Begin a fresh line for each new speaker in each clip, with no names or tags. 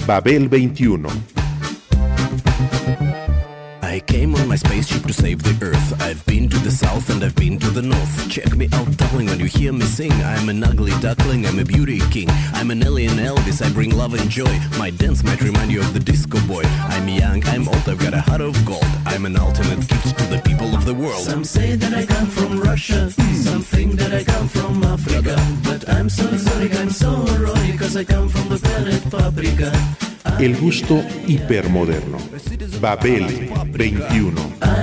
Babel 21.
I came on my spaceship to save the Earth. I've been to the south and I've been to the north. Check me out, darling, when you hear me sing. I'm an ugly duckling, I'm a beauty king. I'm an alien Elvis, I bring love and joy. My dance might remind you of the disco boy. I'm young, I'm old, I've got a heart of gold. I'm an ultimate gift to the people of the world.
Some say that I come from Russia, some think that I come from Africa. But I'm so sorry, I'm so roy, cause I come from the planet Paprika.
El gusto hipermoderno. Babel 21.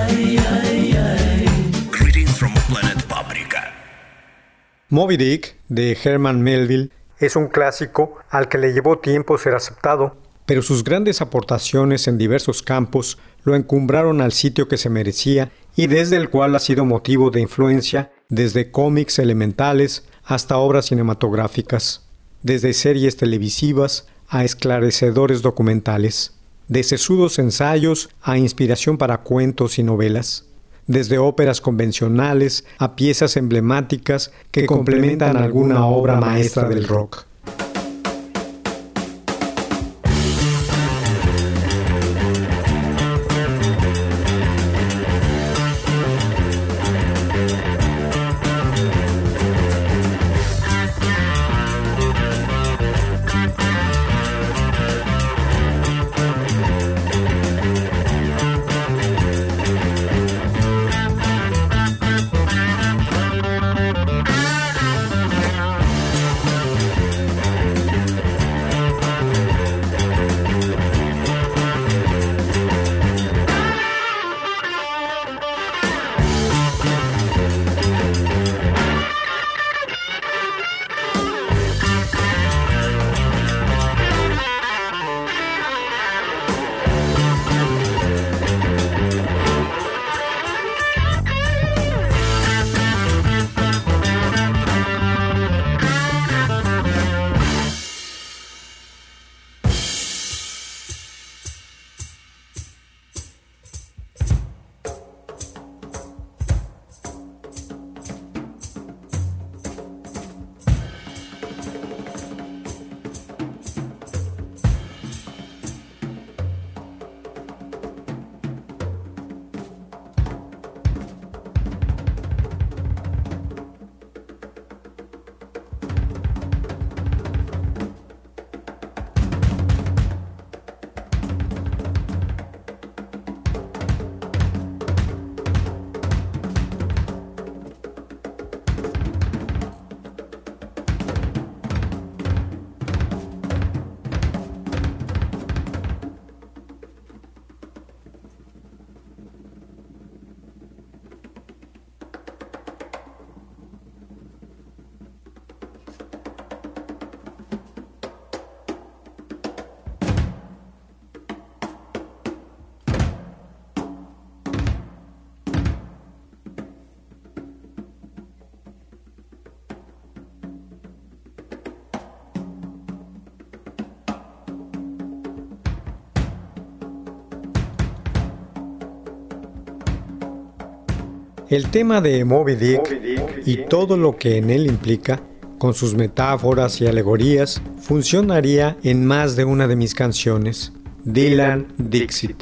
Greetings from Planet Paprika.
Moby Dick, de Herman Melville, es un clásico al que le llevó tiempo ser aceptado, pero sus grandes aportaciones en diversos campos lo encumbraron al sitio que se merecía y desde el cual ha sido motivo de influencia desde cómics elementales hasta obras cinematográficas, desde series televisivas a esclarecedores documentales, de sesudos ensayos a inspiración para cuentos y novelas, desde óperas convencionales a piezas emblemáticas que complementan alguna obra maestra del rock. El tema de Moby Dick y todo lo que en él implica, con sus metáforas y alegorías, funcionaría en más de una de mis canciones, Dylan Dixit.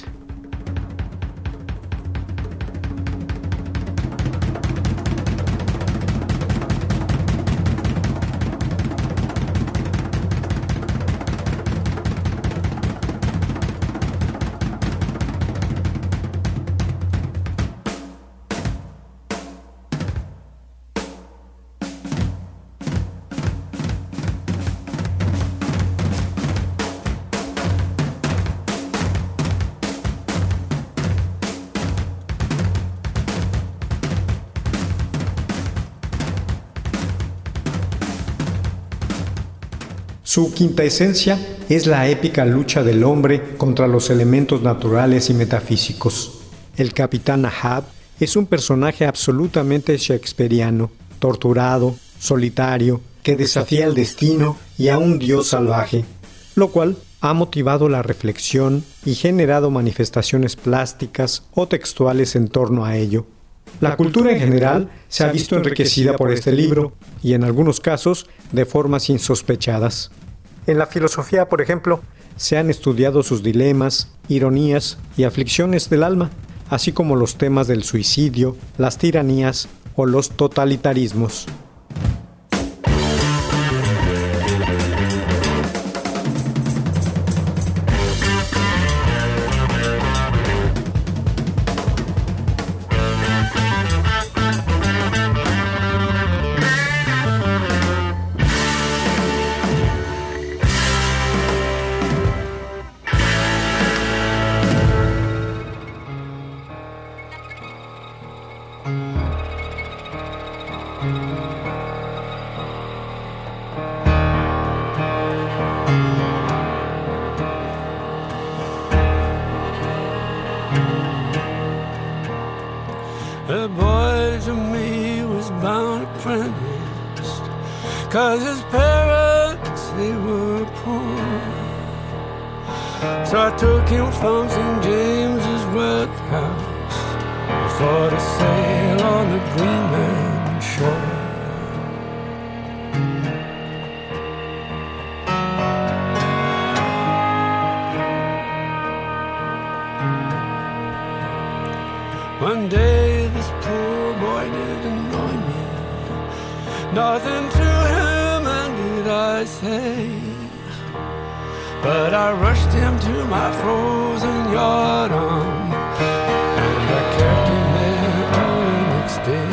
Su quinta esencia es la épica lucha del hombre contra los elementos naturales y metafísicos. El capitán Ahab es un personaje absolutamente shakespeariano, torturado, solitario, que desafía el destino y a un dios salvaje, lo cual ha motivado la reflexión y generado manifestaciones plásticas o textuales en torno a ello. La cultura en general se ha visto enriquecida por este libro y en algunos casos de formas insospechadas. En la filosofía, por ejemplo, se han estudiado sus dilemas, ironías y aflicciones del alma, así como los temas del suicidio, las tiranías o los totalitarismos.
The boy to me was bound apprenticed, 'cause his parents, they were poor. So I took him from St. James's workhouse for to sail on the Greenland shore. One day this poor boy did annoy me. Nothing to him did I say, but I rushed him to my frozen yard arm, and I kept him there all the next day.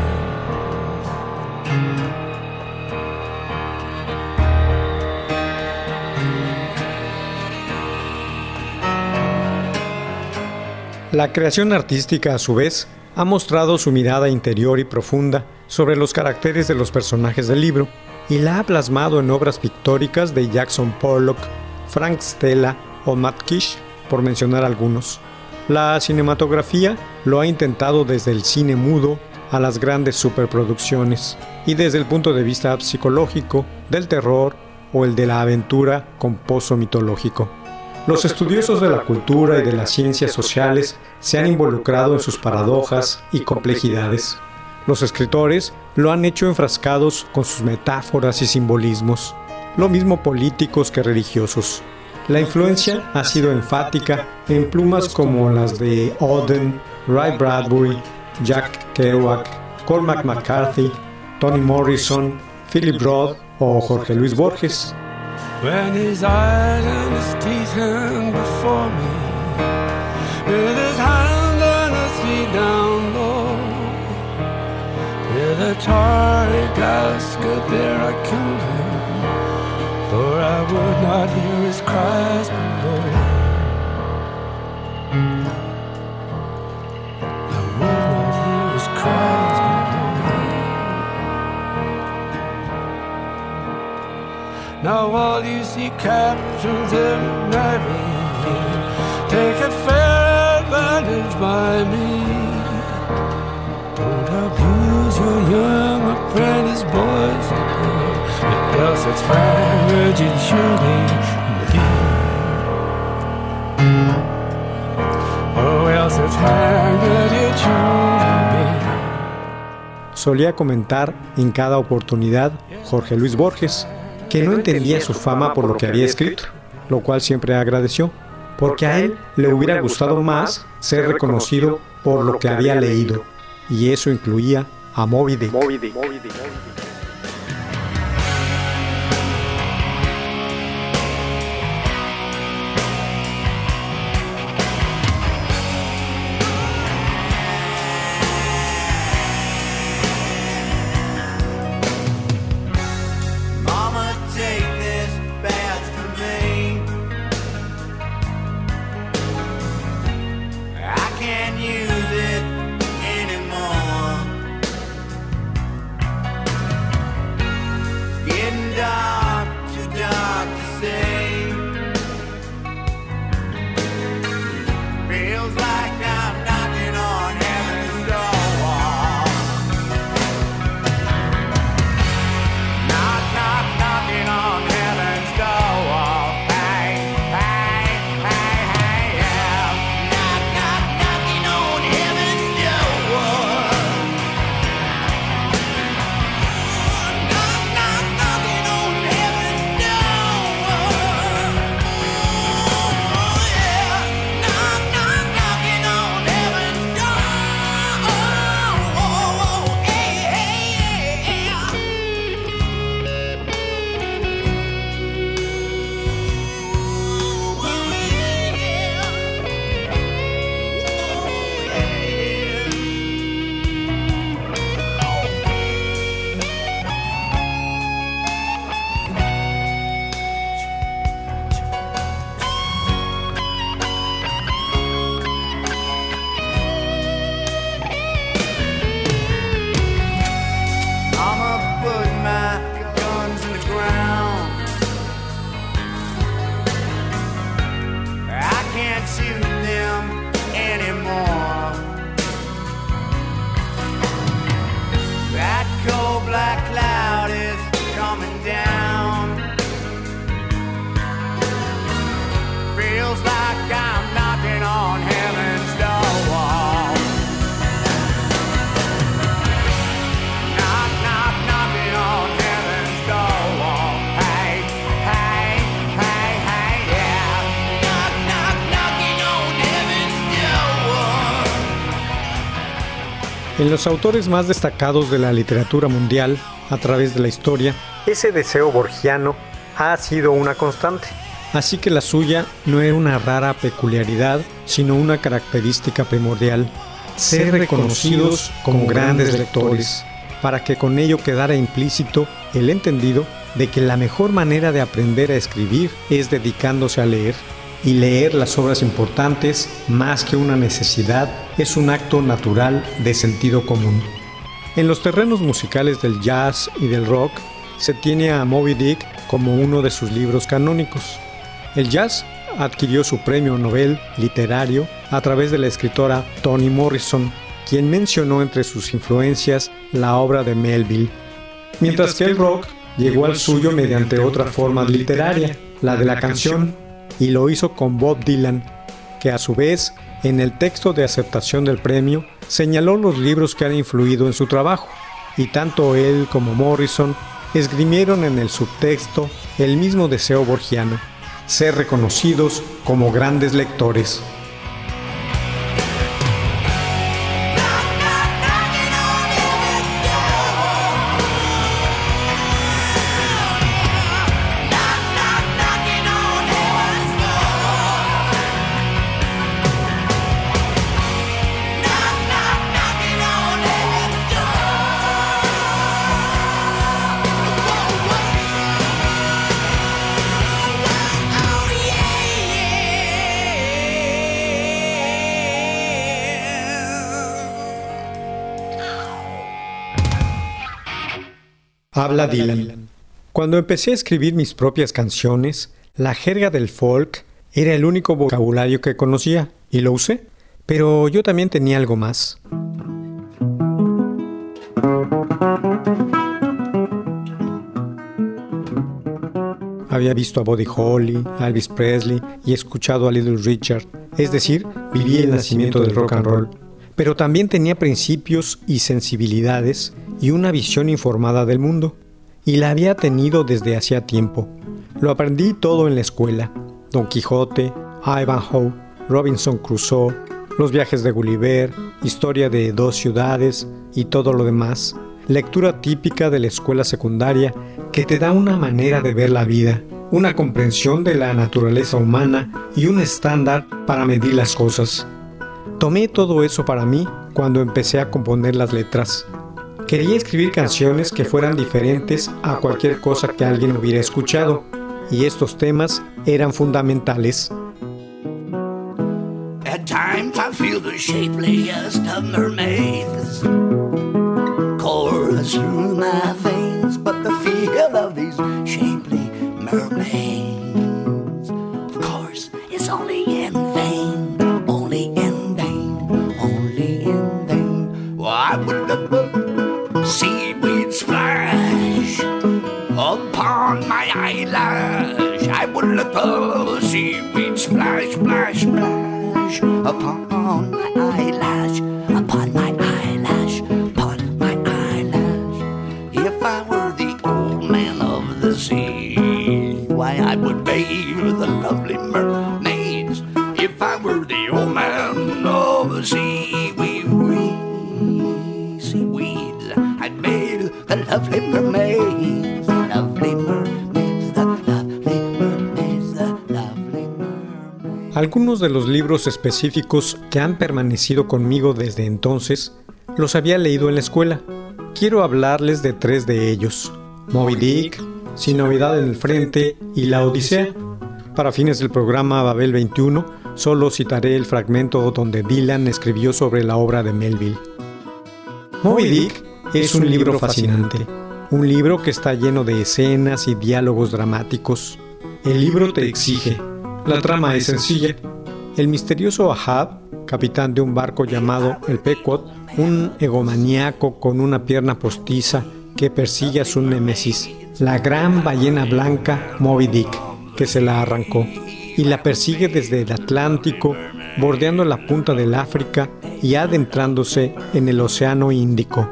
La creación artística, a su vez, ha mostrado su mirada interior y profunda sobre los caracteres de los personajes del libro y la ha plasmado en obras pictóricas de Jackson Pollock, Frank Stella o Matt Kish, por mencionar algunos. La cinematografía lo ha intentado desde el cine mudo a las grandes superproducciones y desde el punto de vista psicológico, del terror o el de la aventura con pozo mitológico. Los estudiosos de la cultura y de las ciencias sociales se han involucrado en sus paradojas y complejidades. Los escritores lo han hecho enfrascados con sus metáforas y simbolismos, lo mismo políticos que religiosos. La influencia ha sido enfática en plumas como las de Auden, Ray Bradbury, Jack Kerouac, Cormac McCarthy, Toni Morrison, Philip Roth o Jorge Luis Borges.
When his eyes and his teeth hang before me, with his hand and his feet down low, with a tarry casket there I killed him, for I would not hear his cries below. I would not hear his cries below. Now all you sea captains and navy take a fair advantage by me. Don't abuse your young apprentice boys and girls, or else it's hanged you'd surely be. Or else it's hanged you'd surely be.
Solía comentar en cada oportunidad Jorge Luis Borges que no entendía su fama por lo que había escrito, lo cual siempre agradeció, porque a él le hubiera gustado más ser reconocido por lo que había leído, y eso incluía a Moby Dick. En los autores más destacados de la literatura mundial, a través de la historia, ese deseo borgiano ha sido una constante. Así que la suya no era una rara peculiaridad, sino una característica primordial: ser reconocidos como grandes lectores, para que con ello quedara implícito el entendido de que la mejor manera de aprender a escribir es dedicándose a leer, y leer las obras importantes, más que una necesidad, es un acto natural de sentido común. En los terrenos musicales del jazz y del rock, se tiene a Moby Dick como uno de sus libros canónicos. El jazz adquirió su premio Nobel literario a través de la escritora Toni Morrison, quien mencionó entre sus influencias la obra de Melville, mientras que el rock llegó al suyo mediante otra forma literaria, la de la canción, y lo hizo con Bob Dylan, que a su vez, en el texto de aceptación del premio, señaló los libros que han influido en su trabajo, y tanto él como Morrison esgrimieron en el subtexto el mismo deseo borgiano: ser reconocidos como grandes lectores. Habla Dylan. Cuando empecé a escribir mis propias canciones, la jerga del folk era el único vocabulario que conocía, y lo usé. Pero yo también tenía algo más. Había visto a Buddy Holly, a Elvis Presley y escuchado a Little Richard, es decir, viví el nacimiento del rock and roll. Pero también tenía principios y sensibilidades y una visión informada del mundo, y la había tenido desde hacía tiempo. Lo aprendí todo en la escuela: Don Quijote, Ivanhoe, Robinson Crusoe, los viajes de Gulliver, historia de 2 ciudades y todo lo demás. Lectura típica de la escuela secundaria que te da una manera de ver la vida, una comprensión de la naturaleza humana y un estándar para medir las cosas. Tomé todo eso para mí cuando empecé a componer las letras. Quería escribir canciones que fueran diferentes a cualquier cosa que alguien hubiera escuchado, y estos temas eran fundamentales.
At times I feel the shapeliest of mermaids course through my veins, but the feel of these shapely mermaids, of course, is only in vain, only in vain, only in vain. Well, I would love seaweed splash upon my eyelash. I would love seaweed splash, splash, splash upon my eyelash, upon my eyelash, upon my eyelash. If I were the old man of the sea, why I would bathe the lovely mermaids. If I were the old man of the sea, seaweeds, I'd bathe the lovely mermaids, the lovely mermaids, the lovely mermaids, the lovely mermaids.
Algunos de los libros específicos que han permanecido conmigo desde entonces los había leído en la escuela. Quiero hablarles de 3 de ellos: Moby Dick, Sin Novedad en el Frente y La Odisea. Para fines del programa Babel 21, solo citaré el fragmento donde Dylan escribió sobre la obra de Melville. Moby Dick es un libro fascinante, un libro que está lleno de escenas y diálogos dramáticos. El libro te exige. La trama es sencilla. El misterioso Ahab, capitán de un barco llamado el Pequod, un egomaníaco con una pierna postiza que persigue a su némesis, la gran ballena blanca Moby Dick, que se la arrancó, y la persigue desde el Atlántico, bordeando la punta del África y adentrándose en el Océano Índico.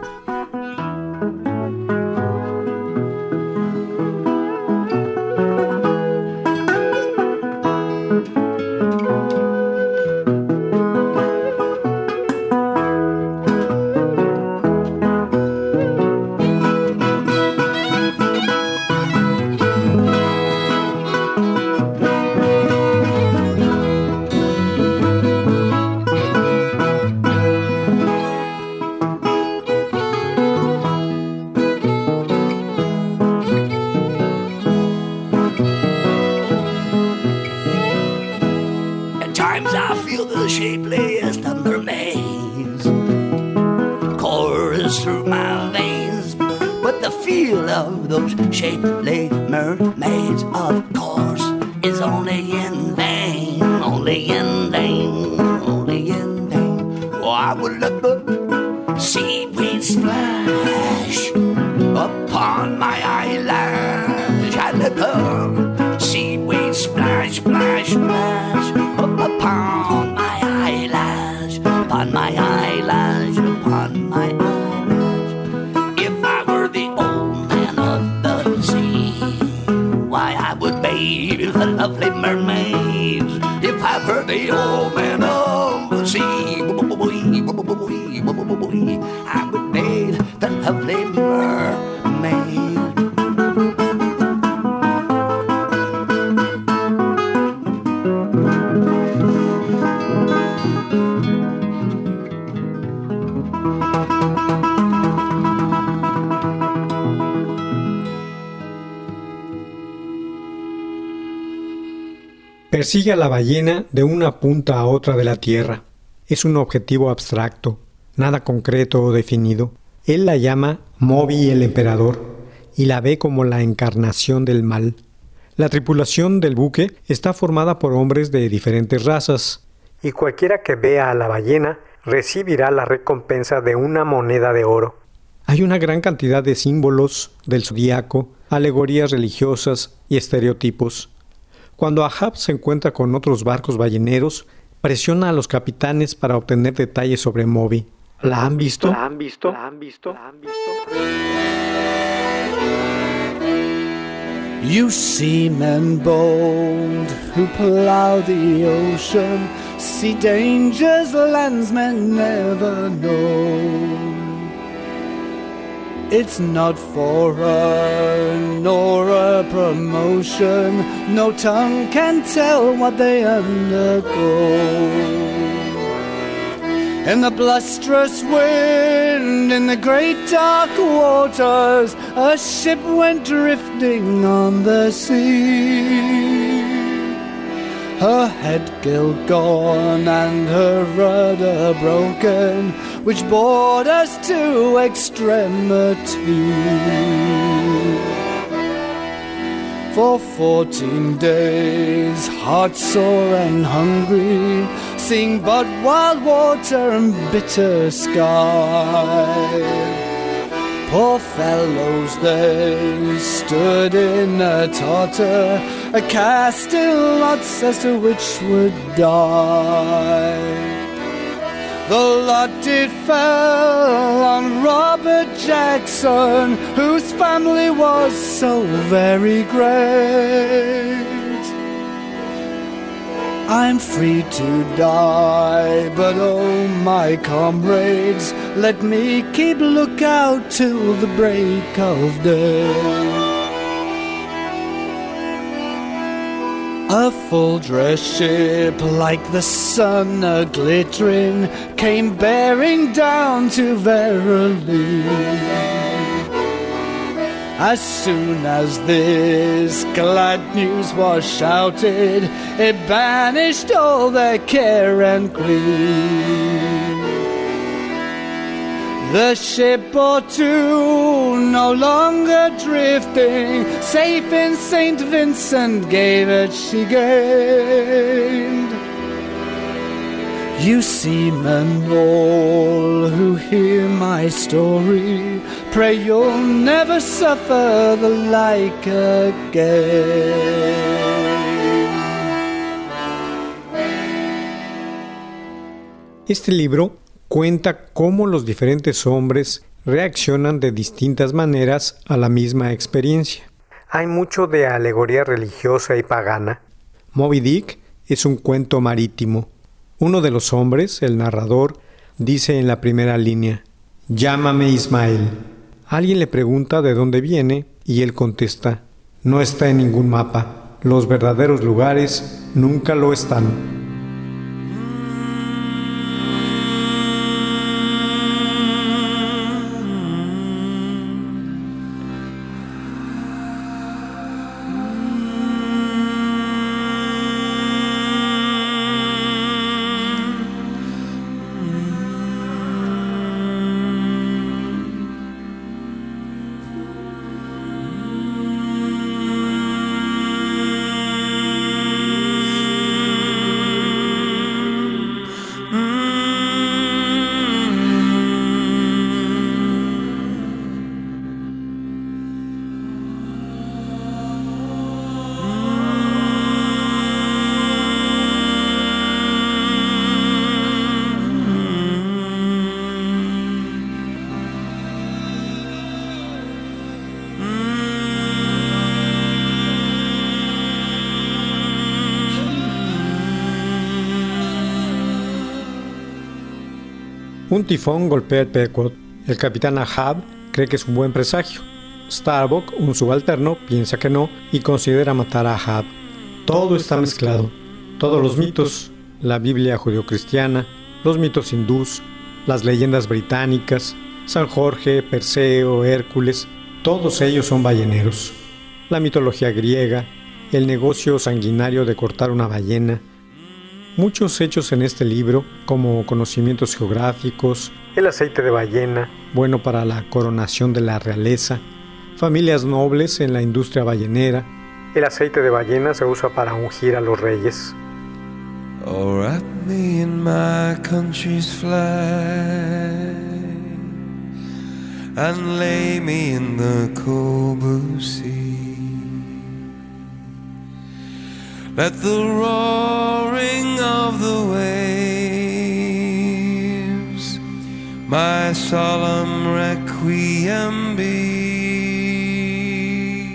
tale of those shapely mermaids, of course, is only in vain, only in vain, only in vain. Oh, I would let the seaweed splash upon my eyelash. I let the seaweed splash, splash, splash upon my eyelash, upon my eyelash, upon my eyelash. If I were the old man of the sea, why I would bathe the lovely mermaids. If I were the old man of the sea, I would bathe the lovely mermaid.
Persigue a la ballena de una punta a otra de la tierra. Es un objetivo abstracto, nada concreto o definido. Él la llama Moby el Emperador y la ve como la encarnación del mal. La tripulación del buque está formada por hombres de diferentes razas, y cualquiera que vea a la ballena recibirá la recompensa de una moneda de oro. Hay una gran cantidad de símbolos del zodiaco, alegorías religiosas y estereotipos. Cuando Ahab se encuentra con otros barcos balleneros, presiona a los capitanes para obtener detalles sobre Moby. ¿La han visto? ¿La han visto? ¿La han visto? ¿La han visto?
You seamen bold who plough the ocean, see dangers landsmen never know. It's not for honor nor a promotion, no tongue can tell what they undergo. In the blusterous wind, in the great dark waters, a ship went drifting on the sea. Her headgale gone and her rudder broken, which brought us to extremity. For 14 days, heartsore and hungry, seeing but wild water and bitter sky. Poor fellows, they stood in a totter, a casting lots as to which would die. The lot it fell on Robert Jackson, whose family was so very great. I'm free to die, but oh my comrades, let me keep lookout till the break of day. A full-dressed ship like the sun a-glittering came bearing down to Verily. As soon as this glad news was shouted, it banished all their care and grief. The ship or two, no longer drifting, safe in St. Vincent gave it she gained. You seamen all who hear my story, pray you'll never suffer the like again.
Este libro cuenta cómo los diferentes hombres reaccionan de distintas maneras a la misma experiencia. Hay mucho de alegoría religiosa y pagana. Moby Dick es un cuento marítimo. Uno de los hombres, el narrador, dice en la primera línea: «Llámame Ismael». Alguien le pregunta de dónde viene y él contesta: «No está en ningún mapa. Los verdaderos lugares nunca lo están». Un tifón golpea el Pequod. El capitán Ahab cree que es un buen presagio. Starbuck, un subalterno, piensa que no y considera matar a Ahab. Todo está mezclado. Todos los mitos, la Biblia judeocristiana, los mitos hindús, las leyendas británicas, San Jorge, Perseo, Hércules, todos ellos son balleneros. La mitología griega, el negocio sanguinario de cortar una ballena. Muchos hechos en este libro, como conocimientos geográficos, el aceite de ballena, bueno para la coronación de la realeza, familias nobles en la industria ballenera. El aceite de ballena se usa para ungir a los reyes.
Oh, wrap me in my country's flag and lay me in the cold blue sea. Let the roaring of the waves my solemn requiem be,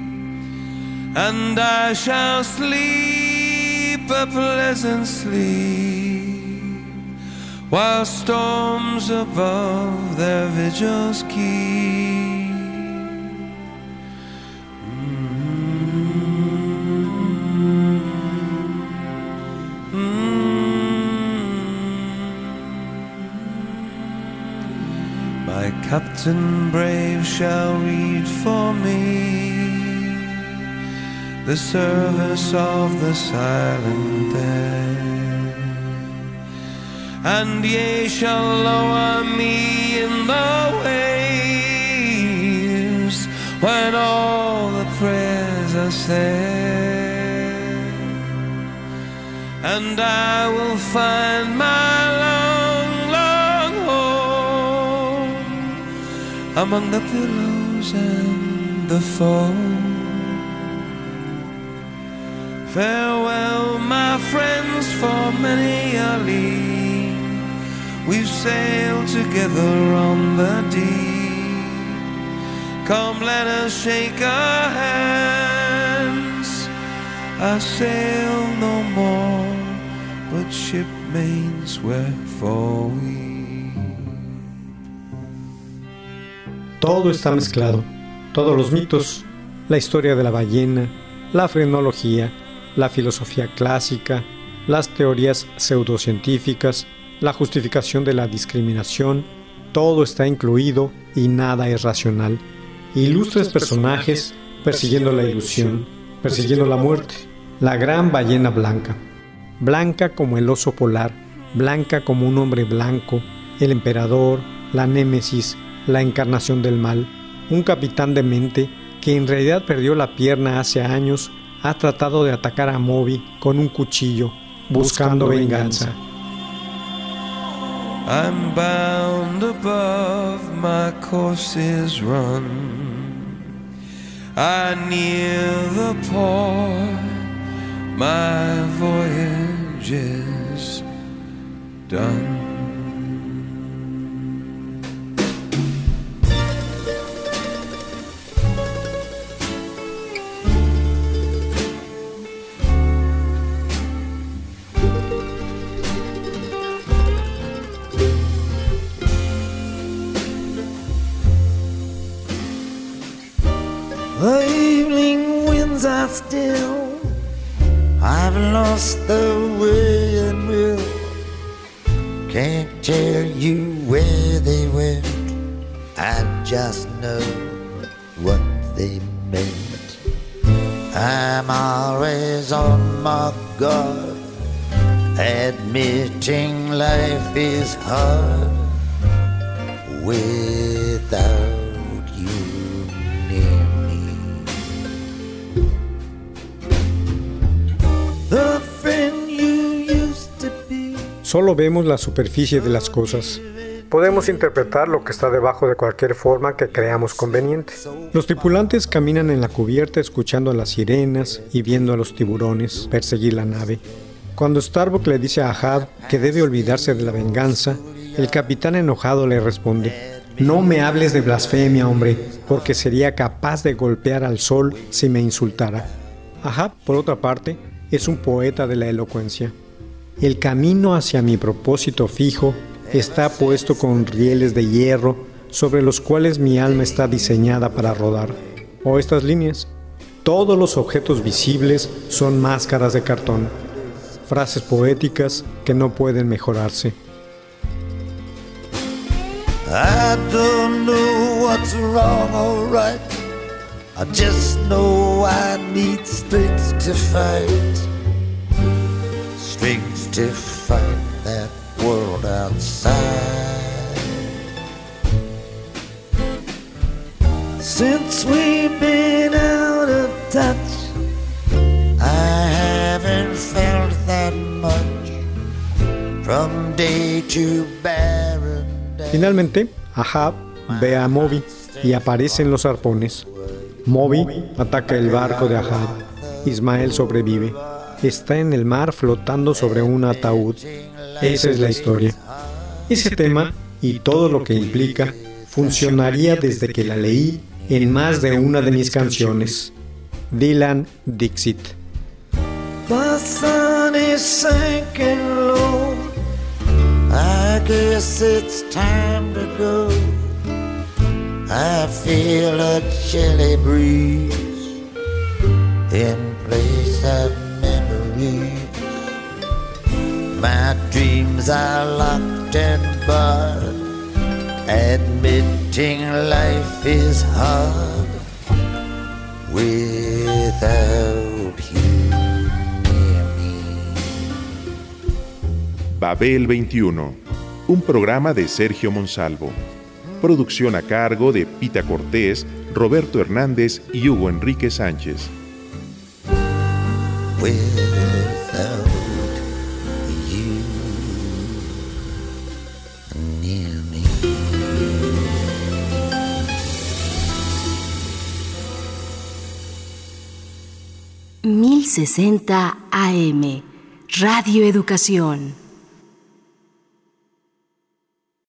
and I shall sleep a pleasant sleep while storms above their vigils keep. My captain brave shall read for me the service of the silent air, and ye shall lower me in the waves when all the prayers are said, and I will find my long, long home among the pillows and the foam. Farewell, my friends, for many a league we've sailed together on the deep. Come, let us shake our hands. I sail no more, but shipmates wherefore we.
Todo está mezclado. Todos los mitos, la historia de la ballena, la frenología, la filosofía clásica, las teorías pseudocientíficas, la justificación de la discriminación, todo está incluido y nada es racional. Ilustres personajes persiguiendo la ilusión, persiguiendo la muerte. La gran ballena blanca. Blanca como el oso polar, blanca como un hombre blanco, el emperador, la némesis, la encarnación del mal. Un capitán demente que en realidad perdió la pierna hace años, ha tratado de atacar a Moby con un cuchillo, buscando venganza.
I'm bound above, my course is run. I near the port, my voyage is done.
The evening winds are still, I've lost the way and will. Can't tell you where they went, I just know what they meant. I'm always on my guard, admitting life is hard without
Solo vemos la superficie de las cosas. Podemos interpretar lo que está debajo de cualquier forma que creamos conveniente. Los tripulantes caminan en la cubierta escuchando a las sirenas y viendo a los tiburones perseguir la nave. Cuando Starbuck le dice a Ahab que debe olvidarse de la venganza, el capitán enojado le responde: «No me hables de blasfemia, hombre, porque sería capaz de golpear al sol si me insultara». Ahab, por otra parte, es un poeta de la elocuencia. El camino hacia mi propósito fijo está puesto con rieles de hierro sobre los cuales mi alma está diseñada para rodar. O estas líneas: todos los objetos visibles son máscaras de cartón. Frases poéticas que no pueden mejorarse.
I don't know what's wrong or right. I just know I need strength to fight. Strength to fight that world outside. Since we've been out of touch, I haven't felt that much from day to barren day.
Finalmente, Ahab ve a Moby y aparecen los arpones. Moby ataca el barco de Ahab. Ismael sobrevive. Está en el mar flotando sobre un ataúd. Esa es la historia. Ese tema y todo lo que implica funcionaría desde que la leí en más de una de mis canciones. Dylan Dixit.
The sun is sinking low. I guess it's time to go. I feel a chilly breeze in place of memories. My dreams are locked and barred, admitting life is hard without you near me.
Babel 21, un programa de Sergio Monsalvo. Producción a cargo de Pita Cortés, Roberto Hernández y Hugo Enrique Sánchez.
Without you near me.
1060 AM, Radio Educación.